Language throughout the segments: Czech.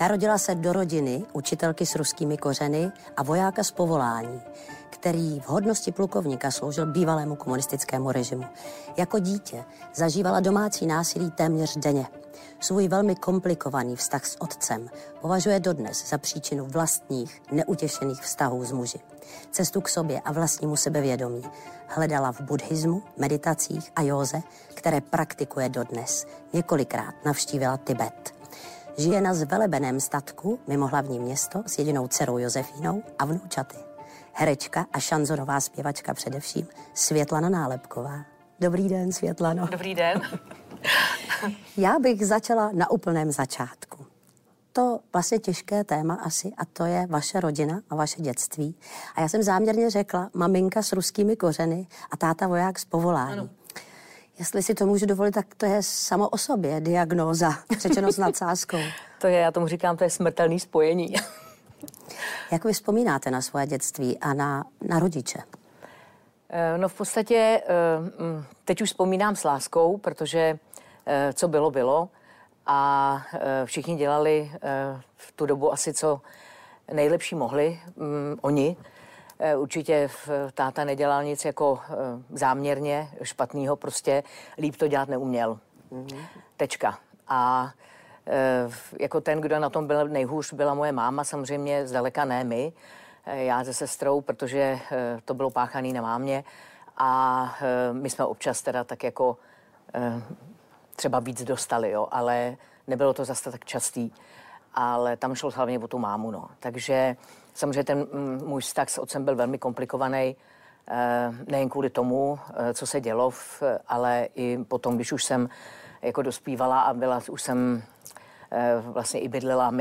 Narodila se do rodiny učitelky s ruskými kořeny a vojáka z povolání, který v hodnosti plukovníka sloužil bývalému komunistickému režimu. Jako dítě zažívala domácí násilí téměř denně. Svůj velmi komplikovaný vztah s otcem považuje dodnes za příčinu vlastních neutěšených vztahů s muži. Cestu k sobě a vlastnímu sebevědomí hledala v buddhismu, meditacích a józe, které praktikuje dodnes. Několikrát navštívila Tibet. Žije na zvelebeném statku mimo hlavní město s jedinou dcerou Josefínou a vnoučaty. Herečka a šanzonová zpěvačka především Světlana Nálepková. Dobrý den, Světlano. Dobrý den. Já bych začala na úplném začátku. To vlastně těžké téma asi, a to je vaše rodina a vaše dětství. A já jsem záměrně řekla maminka s ruskými kořeny a táta voják z povolání. Ano. Jestli si to můžu dovolit, tak to je samo o sobě diagnóza, řečeno s nadsázkou. To je, já tomu říkám, to je smrtelné spojení. Jak vy vzpomínáte na svoje dětství a na rodiče? No v podstatě teď už vzpomínám s láskou, protože co bylo, bylo. A všichni dělali v tu dobu asi co nejlepší mohli oni. Určitě táta nedělal nic jako záměrně špatného, prostě líp to dělat neuměl. Tečka. A jako ten, kdo na tom byl nejhůř, byla moje máma, samozřejmě zdaleka ne my. Já se sestrou, protože to bylo páchané na mámě. A my jsme občas teda tak jako třeba víc dostali, jo, ale nebylo to zase tak častý. Ale tam šlo hlavně o tu mámu, no. Takže samozřejmě ten můj vztah s otcem byl velmi komplikovaný, nejen kvůli tomu, co se dělo, ale i potom, když už jsem jako dospívala a už jsem vlastně i bydlela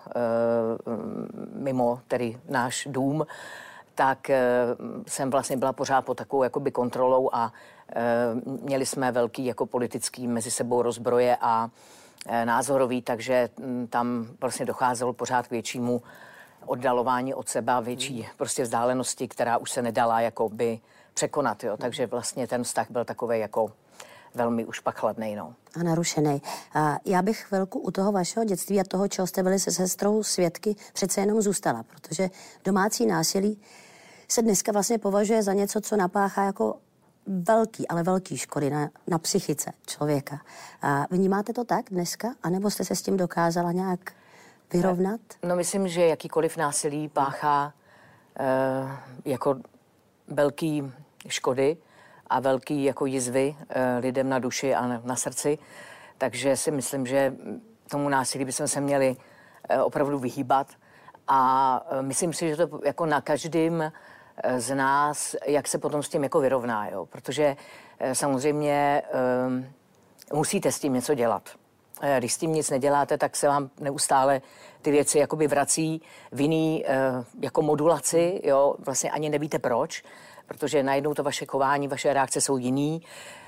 mimo tedy náš dům, tak jsem vlastně byla pořád pod takovou jakoby kontrolou a měli jsme velký jako politický mezi sebou rozbroje a názorový, takže tam vlastně docházelo pořád k většímu oddalování od sebe, větší prostě vzdálenosti, která už se nedala jakoby překonat, jo. Takže vlastně ten vztah byl takovej jako velmi už pak chladnej, no. A narušený. Já bych chvilku u toho vašeho dětství a toho, čeho jste byli se sestrou svědky, přece jenom zůstala, protože domácí násilí se dneska vlastně považuje za něco, co napáchá jako velký škody na psychice člověka. Vnímáte to tak dneska? A nebo jste se s tím dokázala nějak vyrovnat? No myslím, že jakýkoliv násilí páchá jako velký škody a velký jako jizvy lidem na duši a na srdci. Takže si myslím, že tomu násilí bychom se měli opravdu vyhýbat. A myslím si, že to jako na každém z nás, jak se potom s tím jako vyrovná, jo? Protože samozřejmě musíte s tím něco dělat. Když s tím nic neděláte, tak se vám neustále ty věci jakoby vrací v jiný jako modulaci, jo? Vlastně ani nevíte proč, protože najednou to vaše chování, vaše reakce jsou jiný,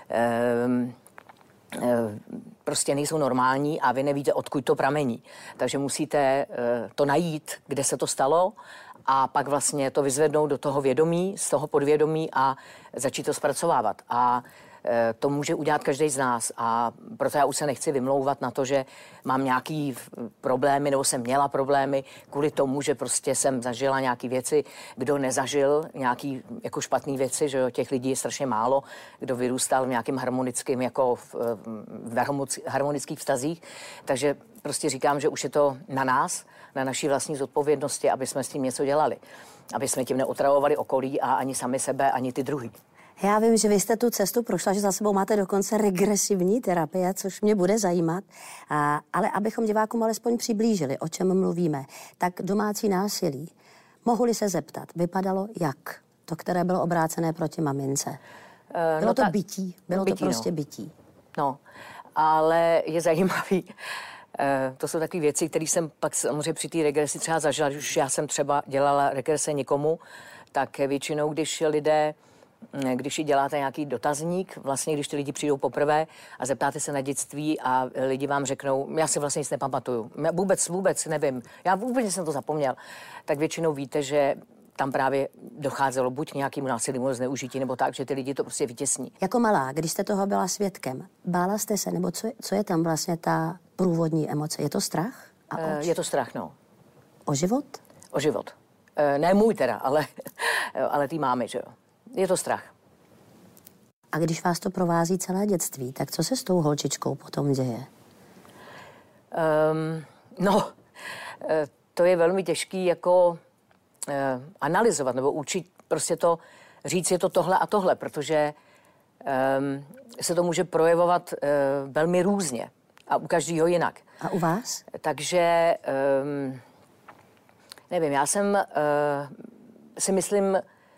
prostě nejsou normální a vy nevíte, odkud to pramení. Takže musíte to najít, kde se to stalo a pak vlastně to vyzvednout do toho vědomí, z toho podvědomí a začít to zpracovávat. A to může udělat každý z nás a proto já už se nechci vymlouvat na to, že mám nějaký problémy nebo jsem měla problémy kvůli tomu, že prostě jsem zažila nějaký věci, kdo nezažil nějaký jako špatný věci, že jo, těch lidí je strašně málo, kdo vyrůstal v nějakým harmonickým jako v harmonických vztazích, takže prostě říkám, že už je to na nás, na naší vlastní zodpovědnosti, aby jsme s tím něco dělali, aby jsme tím neotravovali okolí a ani sami sebe, ani ty druhý. Já vím, že vy jste tu cestu prošla, že za sebou máte dokonce regresivní terapie, což mě bude zajímat. Ale abychom divákům alespoň přiblížili, o čem mluvíme, tak domácí násilí, mohu-li se zeptat, vypadalo jak? To, které bylo obrácené proti mamince. Bylo to bytí, bylo to prostě bytí. No, ale je zajímavý. To jsou takové věci, které jsem pak samozřejmě při té regresi třeba zažila, když už já jsem třeba dělala regrese někomu, tak většinou, když děláte nějaký dotazník, vlastně když ty lidi přijdou poprvé a zeptáte se na dětství a lidi vám řeknou, já si vlastně nic nepamatuju, já vůbec nevím, já vůbec jsem to zapomněl, tak většinou víte, že tam právě docházelo buď k nějakému násilnému zneužití, nebo tak, že ty lidi to prostě vytěsní. Jako malá, když jste toho byla svědkem, bála jste se, nebo co je tam vlastně ta průvodní emoce? Je to strach? A oč? Je to strach, no. O život? O život. Ne můj teda, ale tý mámy, že jo. Je to strach. A když vás to provází celé dětství, tak co se s tou holčičkou potom děje? To je velmi těžký jako analyzovat nebo učit prostě to, říct je to tohle a tohle, protože se to může projevovat velmi různě a u každého jinak. A u vás? Takže nevím, já jsem si myslím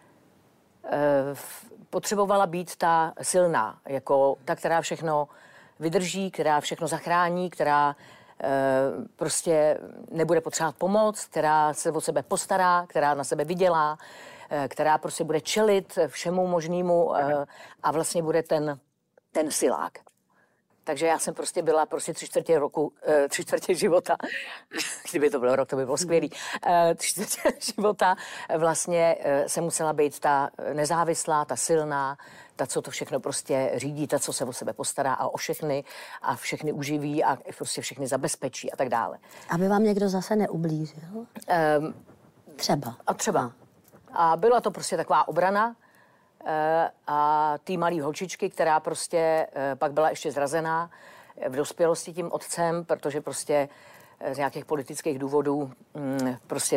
potřebovala být ta silná, jako ta, která všechno vydrží, která všechno zachrání, která prostě nebude potřebovat pomoc, která se o sebe postará, která na sebe vydělá, která prostě bude čelit všemu možnému a vlastně bude ten silák. Takže já jsem prostě byla prostě 3/4 života, kdyby to byl rok, to by bylo skvělý, 3/4 života vlastně jsem musela být ta nezávislá, ta silná, ta, co to všechno prostě řídí, ta, co se o sebe postará a o všechny a všechny uživí a prostě všechny zabezpečí a tak dále. Aby vám někdo zase neublížil? Třeba. A třeba. A byla to prostě taková obrana a té malé holčičky, která prostě pak byla ještě zrazená v dospělosti tím otcem, protože prostě z nějakých politických důvodů prostě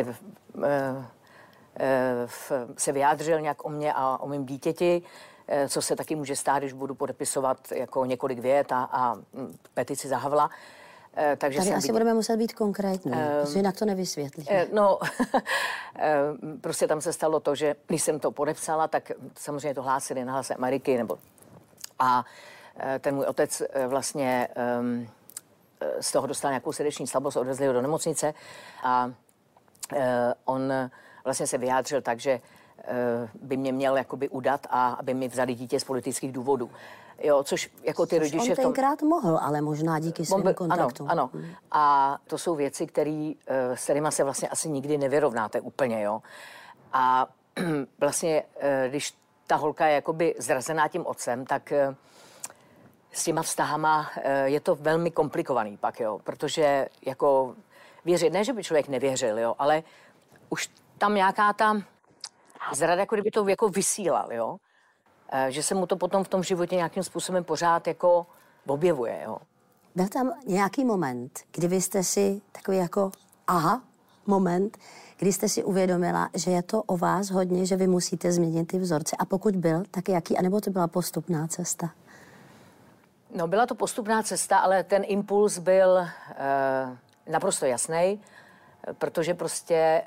se vyjádřil nějak o mě a o mém dítěti, co se taky může stát, když budu podepisovat jako několik vět a petici za Havla. Takže tady asi budeme muset být konkrétní, protože jinak to nevysvětlíme. No, prostě tam se stalo to, že když jsem to podepsala, tak samozřejmě to hlásili na Hlase Ameriky, a ten můj otec vlastně z toho dostal nějakou srdeční slabost, odvezli ho do nemocnice a on vlastně se vyjádřil tak, že by mě měl jakoby udat a aby mi vzali dítě z politických důvodů. Jo, což jako ty rodiče on tenkrát mohl, ale možná díky svým kontaktům. Ano. A to jsou věci, s kterýma se vlastně asi nikdy nevyrovnáte úplně, jo. A vlastně, když ta holka je jakoby zrazená tím otcem, tak s těma vztahama je to velmi komplikovaný pak, jo. Protože jako věřit, ne, že by člověk nevěřil, jo, ale už tam nějaká ta zrada, jako kdyby to jako vysílal, jo. Že se mu to potom v tom životě nějakým způsobem pořád jako objevuje, jo. Byl tam nějaký moment, kdy vy jste si takový jako moment, kdy jste si uvědomila, že je to o vás hodně, že vy musíte změnit ty vzorce. A pokud byl, tak jaký? A nebo to byla postupná cesta? No, byla to postupná cesta, ale ten impuls byl naprosto jasný, protože prostě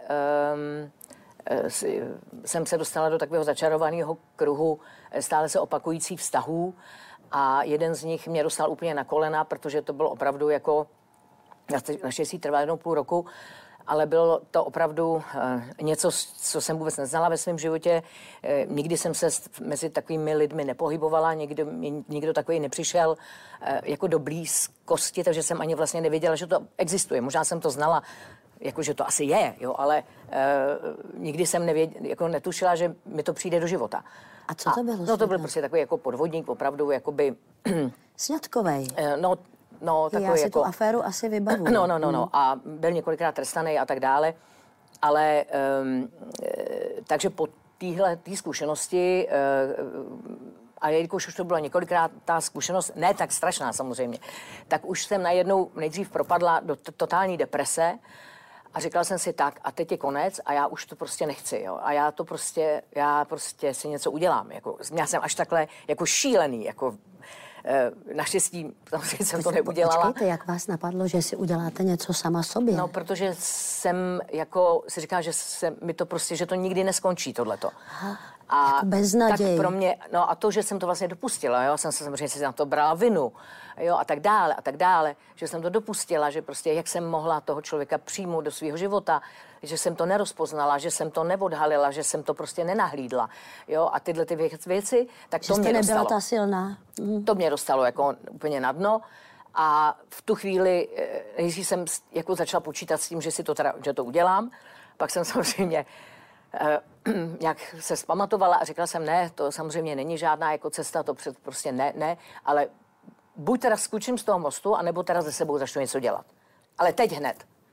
jsem se dostala do takového začarovaného kruhu stále se opakujících vztahů a jeden z nich mě dostal úplně na kolena, protože to bylo opravdu jako, naštěstí trvalo 1,5 roku, ale bylo to opravdu něco, co jsem vůbec neznala ve svém životě. Nikdy jsem se mezi takovými lidmi nepohybovala, nikdo takový nepřišel jako do blízkosti, takže jsem ani vlastně nevěděla, že to existuje. Možná jsem to znala, jakože to asi je, jo, ale nikdy jsem jako netušila, že mi to přijde do života. A co to bylo? No to byl prostě takový jako podvodník, opravdu jakoby... Sňatkovej. No, takový já si jako... tu aféru asi vybavuju. No. A byl několikrát trestaný a tak dále. Ale takže po téhle zkušenosti a jelikož už to byla několikrát ta zkušenost, ne tak strašná samozřejmě, tak už jsem najednou nejdřív propadla do totální deprese a říkala jsem si tak, a teď je konec a já už to prostě nechci, jo. A já prostě si něco udělám, jako, já jsem až takhle jako šílený, jako naštěstí jsem to neudělala. Počkejte, jak vás napadlo, že si uděláte něco sama sobě? No, protože jsem jako si říkala, že mi to prostě, že to nikdy neskončí, tohleto. A jako beznaděj. Tak pro mě, no a to, že jsem to vlastně dopustila, jo, jsem se samozřejmě si na to brala vinu, jo, a tak dále, že jsem to dopustila, že prostě jak jsem mohla toho člověka přijmout do svého života, že jsem to nerozpoznala, že jsem to neodhalila, že jsem to prostě nenahlídla, jo, a tyhle ty věci, tak to mě dostalo. Že jste nebyla ta silná. To mě dostalo jako úplně na dno. A v tu chvíli, nejdřív jsem jako začala počítat s tím, že to udělám, pak jsem samozřejmě nějak se zpamatovala a řekla jsem, ne, to samozřejmě není žádná jako cesta, to prostě ne, ale buď teda skočím z toho mostu, anebo teda ze sebou začnu něco dělat. Ale teď hned.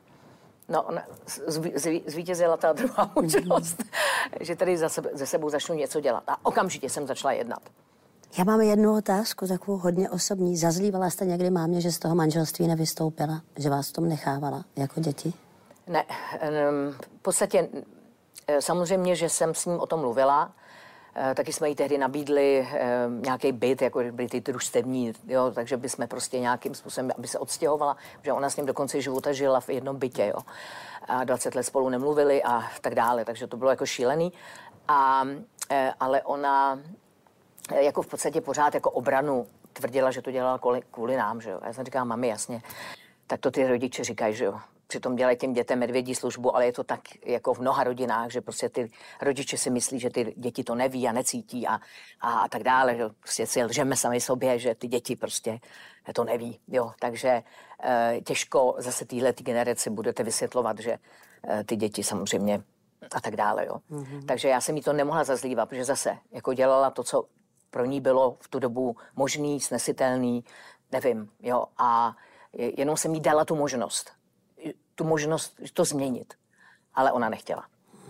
No, zvítězila ta druhá možnost, že tady ze sebou začnu něco dělat. A okamžitě jsem začala jednat. Já mám jednu otázku, takovou hodně osobní. Zazlívala jste někdy mámě, že z toho manželství nevystoupila? Že vás v tom nechávala jako děti? Ne, v podstatě samozřejmě, že jsem s ním o tom mluvila. Taky jsme jí tehdy nabídli nějaký byt, jako byly ty družstevní, jo, takže bychom prostě nějakým způsobem, aby se odstěhovala, že ona s ním do konce života žila v jednom bytě, jo. A 20 let spolu nemluvili a tak dále, takže to bylo jako šílený. Ale ona jako v podstatě pořád jako obranu tvrdila, že to dělala kvůli nám, že jo. A já jsem říkala, mami, jasně, tak to ty rodiče říkají, že jo. Přitom dělají těm dětem medvědí službu, ale je to tak jako v mnoha rodinách, že prostě ty rodiče si myslí, že ty děti to neví a necítí a tak dále. Že prostě si lžeme sami sobě, že ty děti prostě to neví. Jo. Takže těžko zase téhle generaci budete vysvětlovat, že ty děti samozřejmě a tak dále. Jo. Mm-hmm. Takže já jsem jí to nemohla zazlívat, protože zase jako dělala to, co pro ní bylo v tu dobu možný, snesitelný, nevím. Jo. A jenom jsem jí dala tu možnost to změnit. Ale ona nechtěla.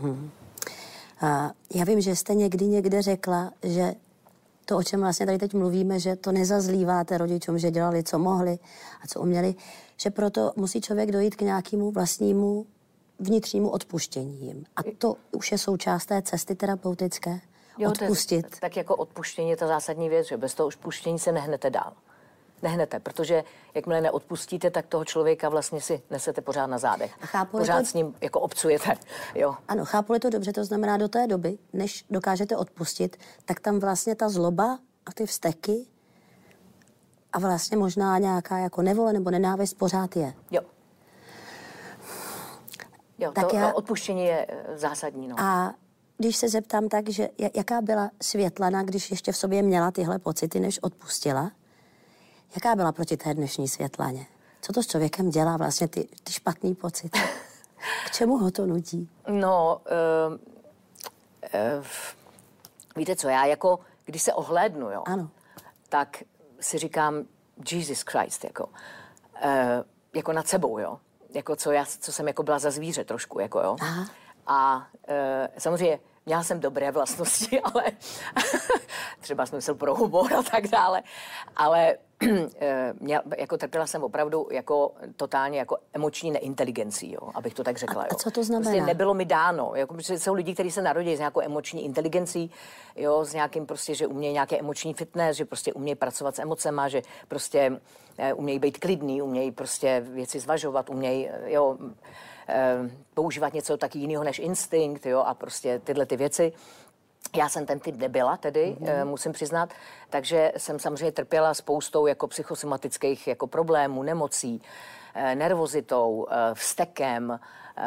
Já vím, že jste někde řekla, že to, o čem vlastně tady teď mluvíme, že to nezazlíváte rodičům, že dělali, co mohli a co uměli, že proto musí člověk dojít k nějakému vlastnímu vnitřnímu odpuštění jim. A to už je součást té cesty terapeutické. Jo, odpustit. Tak jako odpuštění je ta zásadní věc, že bez toho odpuštění se nehnete dál. Nehnete, protože jakmile neodpustíte, tak toho člověka vlastně si nesete pořád na zádech. Pořád s ním jako obcujete. Jo. Ano, chápu-li to dobře, to znamená do té doby, než dokážete odpustit, tak tam vlastně ta zloba a ty vzteky a vlastně možná nějaká jako nevole nebo nenávist pořád je. Jo. Jo, tak to odpuštění je zásadní. No. A když se zeptám tak, že jaká byla Světlana, když ještě v sobě měla tyhle pocity, než odpustila, jaká byla proti té dnešní Světlaně? Co to s člověkem dělá vlastně ty špatný pocity? K čemu ho to nutí? No, víte co, já jako, když se ohlédnu, jo, ano. Tak si říkám, Jesus Christ, jako nad sebou, jo. Jako co jsem jako byla za zvíře trošku, jako jo. Aha. A samozřejmě měla jsem dobré vlastnosti, ale třeba smysl pro humor a tak dále, ale jako trpěla jsem opravdu jako totálně jako emoční neinteligencí, jo, abych to tak řekla. A co to znamená? Prostě nebylo mi dáno. Jako, jsou lidi, kteří se narodí s nějakou emoční inteligencí, jo, s nějakým prostě, že umějí nějaké emoční fitness, že prostě umějí pracovat s emocema, že prostě umějí být klidný, umějí prostě věci zvažovat, umějí, jo, používat něco tak jiného než instinkt, jo, a prostě tyhle ty věci. Já jsem ten typ nebyla tedy, musím přiznat, takže jsem samozřejmě trpěla spoustou jako psychosomatických jako problémů, nemocí, nervozitou, vztekem,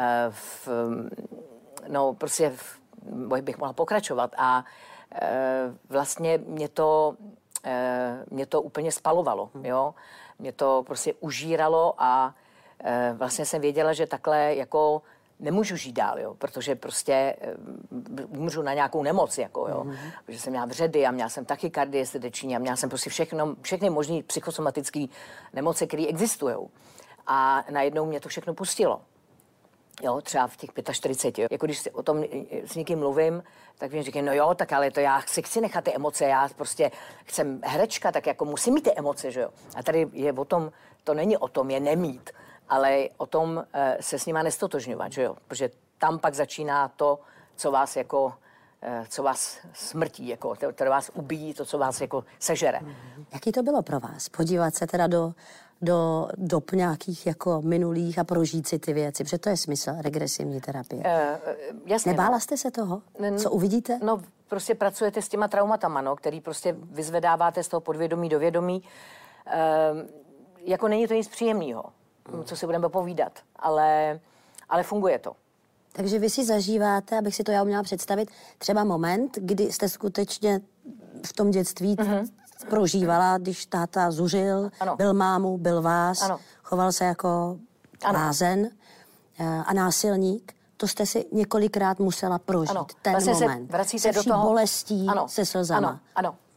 no prostě bych mohla pokračovat a vlastně mě to úplně spalovalo, jo. Mě to prostě užíralo a vlastně jsem věděla, že takhle jako nemůžu žít dál, jo, protože prostě umřu na nějakou nemoc, jako, jo. Protože jsem měla vředy a měla jsem tachykardie srdeční a měla jsem prostě všechny možné psychosomatické nemoci, které existují. A najednou mě to všechno pustilo. Jo, třeba v těch 45. Jo. Jako když o tom s někým mluvím, tak mi říkají, no jo, tak ale to já chci nechat ty emoce, já prostě jsem herečka, tak jako musím mít ty emoce, že jo. A tady je o tom, to není o tom je nemít, ale o tom se s nima nestotožňovat, že jo? Protože tam pak začíná to, co vás jako, co vás smrtí, jako, to vás ubíjí, to, co vás jako sežere. Jaký to bylo pro vás? Podívat se teda do dob nějakých jako minulých a prožít si ty věci, protože to je smysl regresivní terapie. Jasně. Nebála jste se toho? Co uvidíte? No, prostě pracujete s těma traumatama, no, který prostě vyzvedáváte z toho podvědomí do vědomí. Jako není to nic příjemného, co si budeme povídat, ale funguje to. Takže vy si zažíváte, abych si to já uměla představit, třeba moment, kdy jste skutečně v tom dětství prožívala, když táta zuřil, ano. Byl mámu, byl vás, ano. Choval se jako blázen a násilník. To jste si několikrát musela prožít, ano. Ten vlastně moment. Se vracíte se vší do toho bolestí, ano. Se slzama. Ano.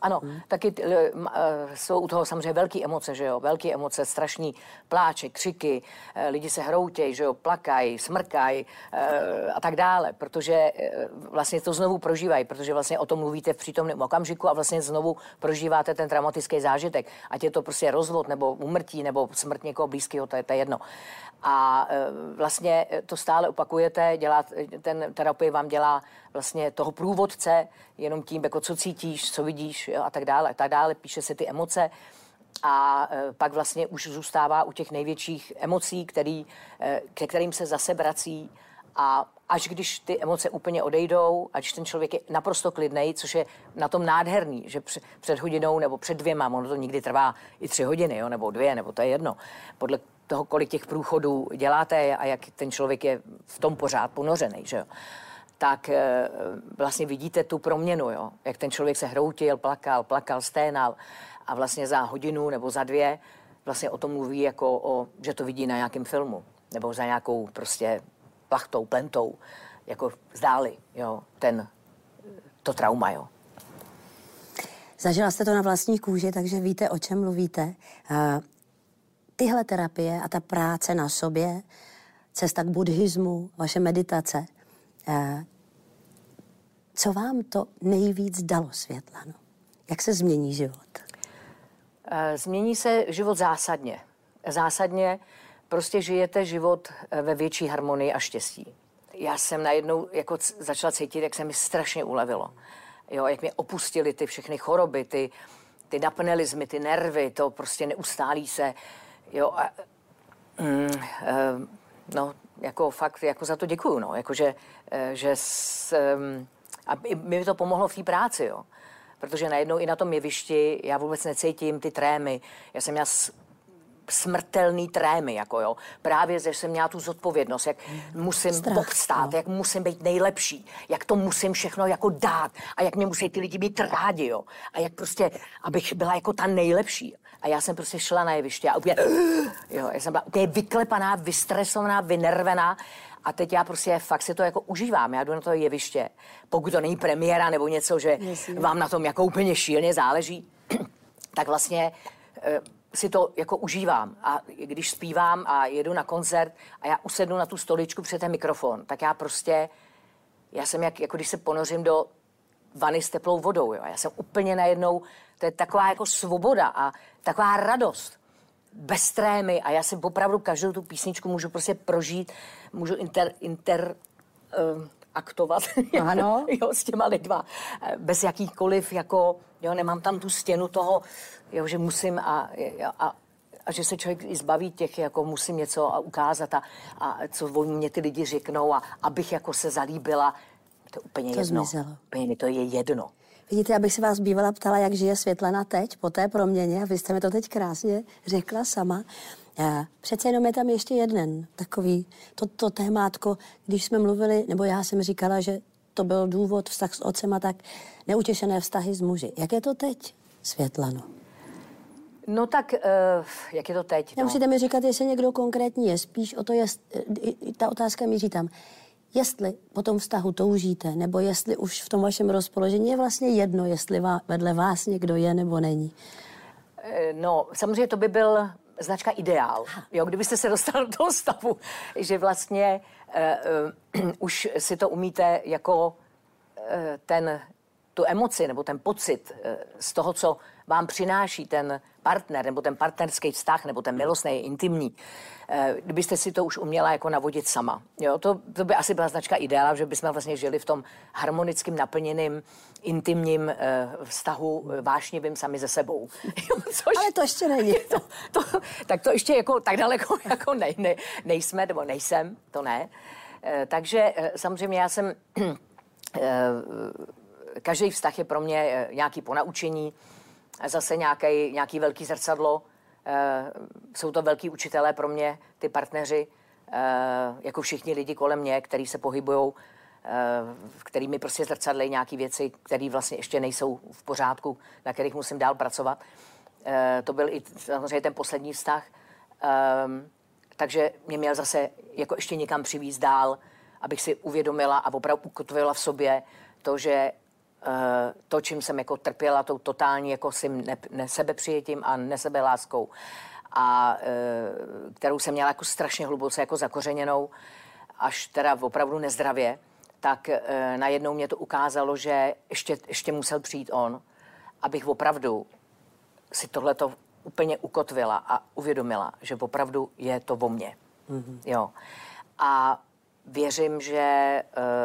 Ano, taky jsou u toho samozřejmě velké emoce, že jo, velké emoce, strašný pláče, křiky, lidi se hroutějí, že jo, plakají, smrkají a tak dále, protože vlastně to znovu prožívají, protože vlastně o tom mluvíte v přítomném okamžiku a vlastně znovu prožíváte ten traumatický zážitek, ať je to prostě rozvod nebo úmrtí nebo smrt někoho blízkého, to je jedno. A vlastně to stále opakujete, ten terapie vám dělá vlastně toho průvodce, jenom tím, jako co cítíš, co vidíš, jo, a tak dále, píše se ty emoce a pak vlastně už zůstává u těch největších emocí, ke kterým se zase vrací a až když ty emoce úplně odejdou, až ten člověk je naprosto klidnej, což je na tom nádherný, že před hodinou nebo před 2, ono to někdy trvá i 3 hodiny, jo, nebo 2, nebo to je jedno, podle toho, kolik těch průchodů děláte a jak ten člověk je v tom pořád ponořený, že jo, tak vlastně vidíte tu proměnu, jo, jak ten člověk se hroutil, plakal, sténal a vlastně za hodinu nebo za 2 vlastně o tom mluví jako že to vidí na nějakém filmu nebo za nějakou prostě plachtou, plentou, jako zdáli, jo, to trauma, jo. Zažila jste to na vlastní kůži, takže víte, o čem mluvíte. Tyhle terapie a ta práce na sobě, cesta k buddhismu, vaše meditace, co vám to nejvíc dalo, Světlano? Jak se změní život? Změní se život zásadně. Zásadně prostě žijete život ve větší harmonii a štěstí. Já jsem najednou jako začala cítit, jak se mi strašně ulevilo. Jo, jak mě opustily ty všechny choroby, ty napnelizmy, ty nervy, to prostě neustálí se. Jo, no, jako fakt, jako za to děkuju, no, jakože, a mi to pomohlo v té práci, jo, protože najednou i na tom jevišti já vůbec necítím ty trémy, já jsem měla smrtelný trémy, jako jo, právě, že jsem měla tu zodpovědnost, jak musím obstát, jak musím být nejlepší, jak to musím všechno jako dát a jak mě musí ty lidi být rádi, jo, a jak prostě, abych byla jako ta nejlepší. A já jsem prostě šla na jeviště a úplně, jo, já jsem byla úplně vyklepaná, vystresovaná, vynervená a teď já prostě fakt si to jako užívám. Já jdu na to jeviště, pokud to není premiéra nebo něco, že vám na tom jako úplně šíleně záleží, tak vlastně si to jako užívám. A když zpívám a jedu na koncert a já usednu na tu stoličku před ten mikrofon, tak já jsem jako když se ponořím do vany s teplou vodou, jo. Já jsem úplně najednou, to je taková jako svoboda a taková radost. Bez trémy a já si opravdu každou tu písničku můžu prostě prožít, můžu aktovat ano. Jo, s těma lidma. Bez jakýchkoliv, jako, jo, nemám tam tu stěnu toho, jo, že musím a že se člověk i zbaví těch, jako musím něco ukázat a co mě ty lidi řeknou a abych jako se zalíbila. To je úplně jedno. Úplně mi to je jedno. Vidíte, já bych se vás bývala ptala, jak žije Světlana teď, po té proměně, a vy jste mi to teď krásně řekla sama. Přece jenom je tam ještě jeden takový, to témátko, když jsme mluvili, nebo já jsem říkala, že to byl důvod, vztah s otcem a tak neutěšené vztahy s muži. Jak je to teď, Světlano? No tak, jak je to teď? Nemusíte mi říkat, jestli někdo konkrétní je, spíš o to, ta otázka míří tam. Jestli po tom vztahu toužíte, nebo jestli už v tom vašem rozpoložení je vlastně jedno, jestli vedle vás někdo je nebo není. No, samozřejmě to by byl značka ideál. Jo, kdybyste se dostal do toho stavu, že vlastně už si to umíte jako tu emoci nebo ten pocit z toho, co vám přináší ten partner nebo ten partnerský vztah nebo ten milostný, intimní, kdybyste si to už uměla jako navodit sama. Jo, to by asi byla značka ideála, že bychom vlastně žili v tom harmonickým, naplněným, intimním vztahu, vášnivým sami ze sebou. Jo, ale to ještě není. Tak to ještě jako tak daleko jako nejsme, nebo nejsem, to ne. Takže samozřejmě já jsem... Každý vztah je pro mě nějaký ponaučení, zase nějaký velký zrcadlo. Jsou to velký učitelé pro mě, ty partneři, jako všichni lidi kolem mě, kteří se pohybujou, který mi prostě zrcadlejí nějaké věci, které vlastně ještě nejsou v pořádku, na kterých musím dál pracovat. To byl i samozřejmě ten poslední vztah. Takže mě měl zase jako ještě někam přivízt dál, abych si uvědomila a opravdu ukotvila v sobě to, že to, čím jsem jako trpěla, tou totální jako sebepřijetím a nesebeláskou, a kterou jsem měla jako strašně hluboce jako zakořeněnou, až teda opravdu nezdravě, tak najednou mě to ukázalo, že ještě musel přijít on, abych opravdu si tohleto úplně ukotvila a uvědomila, že opravdu je to o mně. Mm-hmm. Jo. A věřím, že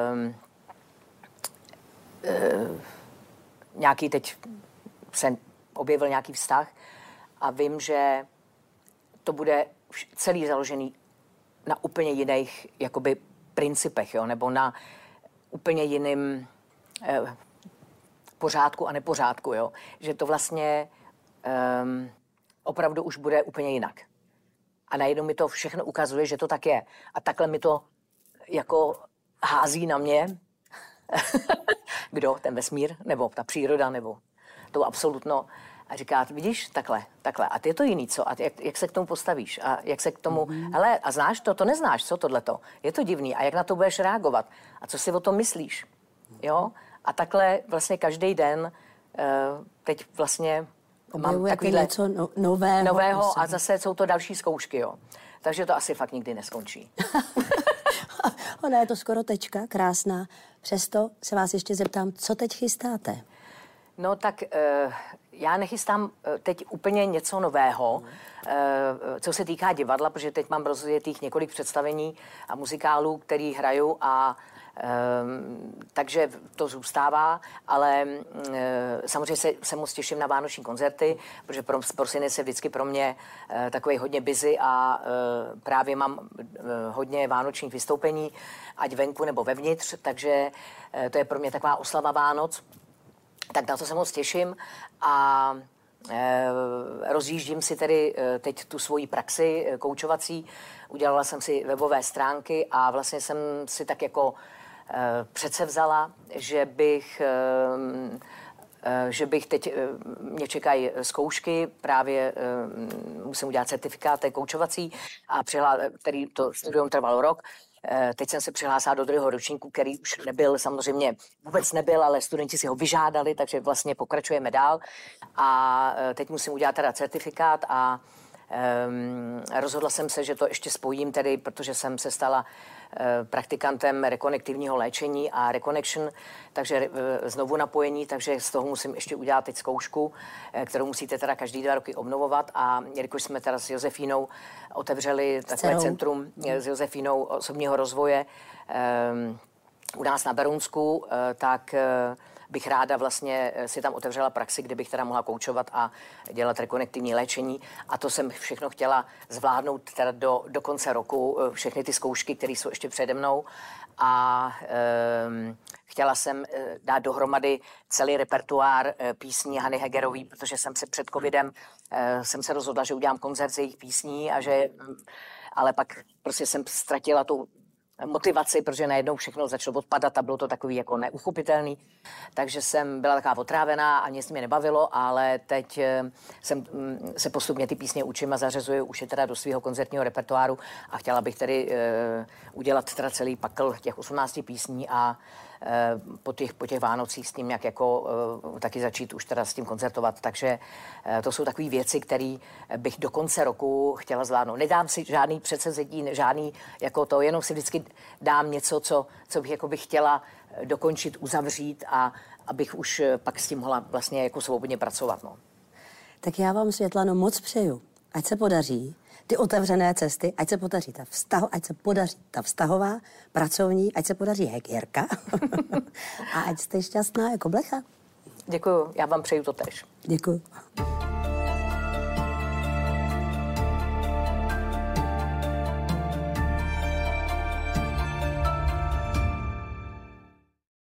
nějaký teď se objevil nějaký vztah a vím, že to bude celý založený na úplně jiných jakoby principech, jo, nebo na úplně jiným pořádku a nepořádku, jo. Že to vlastně opravdu už bude úplně jinak. A najednou mi to všechno ukazuje, že to tak je. A takhle mi to jako hází na mě. Kdo? Ten vesmír? Nebo ta příroda? Nebo to absolutno. A říká, vidíš, takhle. A ty je to jiný, co? A jak se k tomu postavíš? A jak se k tomu... Hele, a znáš to? To neznáš, co tohleto? Je to divný. A jak na to budeš reagovat? A co si o tom myslíš? Jo? A takhle vlastně každý den teď vlastně mám takovýhle něco nového a zase jsou to další zkoušky, jo. Takže to asi fakt nikdy neskončí. Ona je to skoro tečka, krásná. Přesto se vás ještě zeptám, co teď chystáte? No tak já nechystám teď úplně něco nového, co se týká divadla, protože teď mám rozjetých několik představení a muzikálů, který hraju, a takže to zůstává, ale samozřejmě se moc těším na vánoční koncerty, protože prosinec je vždycky pro mě takový hodně busy a právě mám hodně vánočních vystoupení, ať venku nebo vevnitř, takže to je pro mě taková oslava Vánoc. Tak na to se moc těším a rozjíždím si tedy teď tu svoji praxi koučovací. Udělala jsem si webové stránky a vlastně jsem si tak jako předsevzala, že bych teď, mě čekají zkoušky, právě musím udělat certifikát té koučovací, a který to studium trvalo rok. Teď jsem se přihlásila do druhého ročníku, který už nebyl, samozřejmě vůbec nebyl, ale studenti si ho vyžádali, takže vlastně pokračujeme dál. A teď musím udělat teda certifikát a rozhodla jsem se, že to ještě spojím tedy, protože jsem se stala praktikantem rekonektivního léčení a reconnection, takže znovu napojení, takže z toho musím ještě udělat teď zkoušku, kterou musíte teda každý 2 roky obnovovat, a jelikož jsme teda s Josefínou otevřeli takové centrum s Josefínou osobního rozvoje u nás na Berounsku, tak bych ráda vlastně si tam otevřela praxi, kde bych teda mohla koučovat a dělat rekonektivní léčení. A to jsem všechno chtěla zvládnout teda do konce roku, všechny ty zkoušky, které jsou ještě přede mnou. A chtěla jsem dát dohromady celý repertoár písní Hany Hegerový, protože jsem se před covidem jsem se rozhodla, že udělám koncert z jejich písní, ale pak prostě jsem ztratila tu motivaci, protože najednou všechno začalo odpadat a bylo to takový jako neuchopitelný. Takže jsem byla taková otrávená a nic mě nebavilo, ale teď jsem se postupně ty písně učím a zařazuju už je teda do svého koncertního repertoáru a chtěla bych tedy udělat teda celý pakl těch 18 písní a po těch Vánocích s tím, jak jako taky začít už teda s tím koncertovat. Takže to jsou takové věci, které bych do konce roku chtěla zvládnout. Nedám si žádný předsevzetí, žádný jako to, jenom si vždycky dám něco, co bych jako bych chtěla dokončit, uzavřít a abych už pak s tím mohla vlastně jako svobodně pracovat. No. Tak já vám, Světlano, moc přeju, ať se podaří ty otevřené cesty, ať se podaří ta vztahová, pracovní, ať se podaří hekérka a ať jste šťastná jako blecha. Děkuju, já vám přeju to též. Děkuju.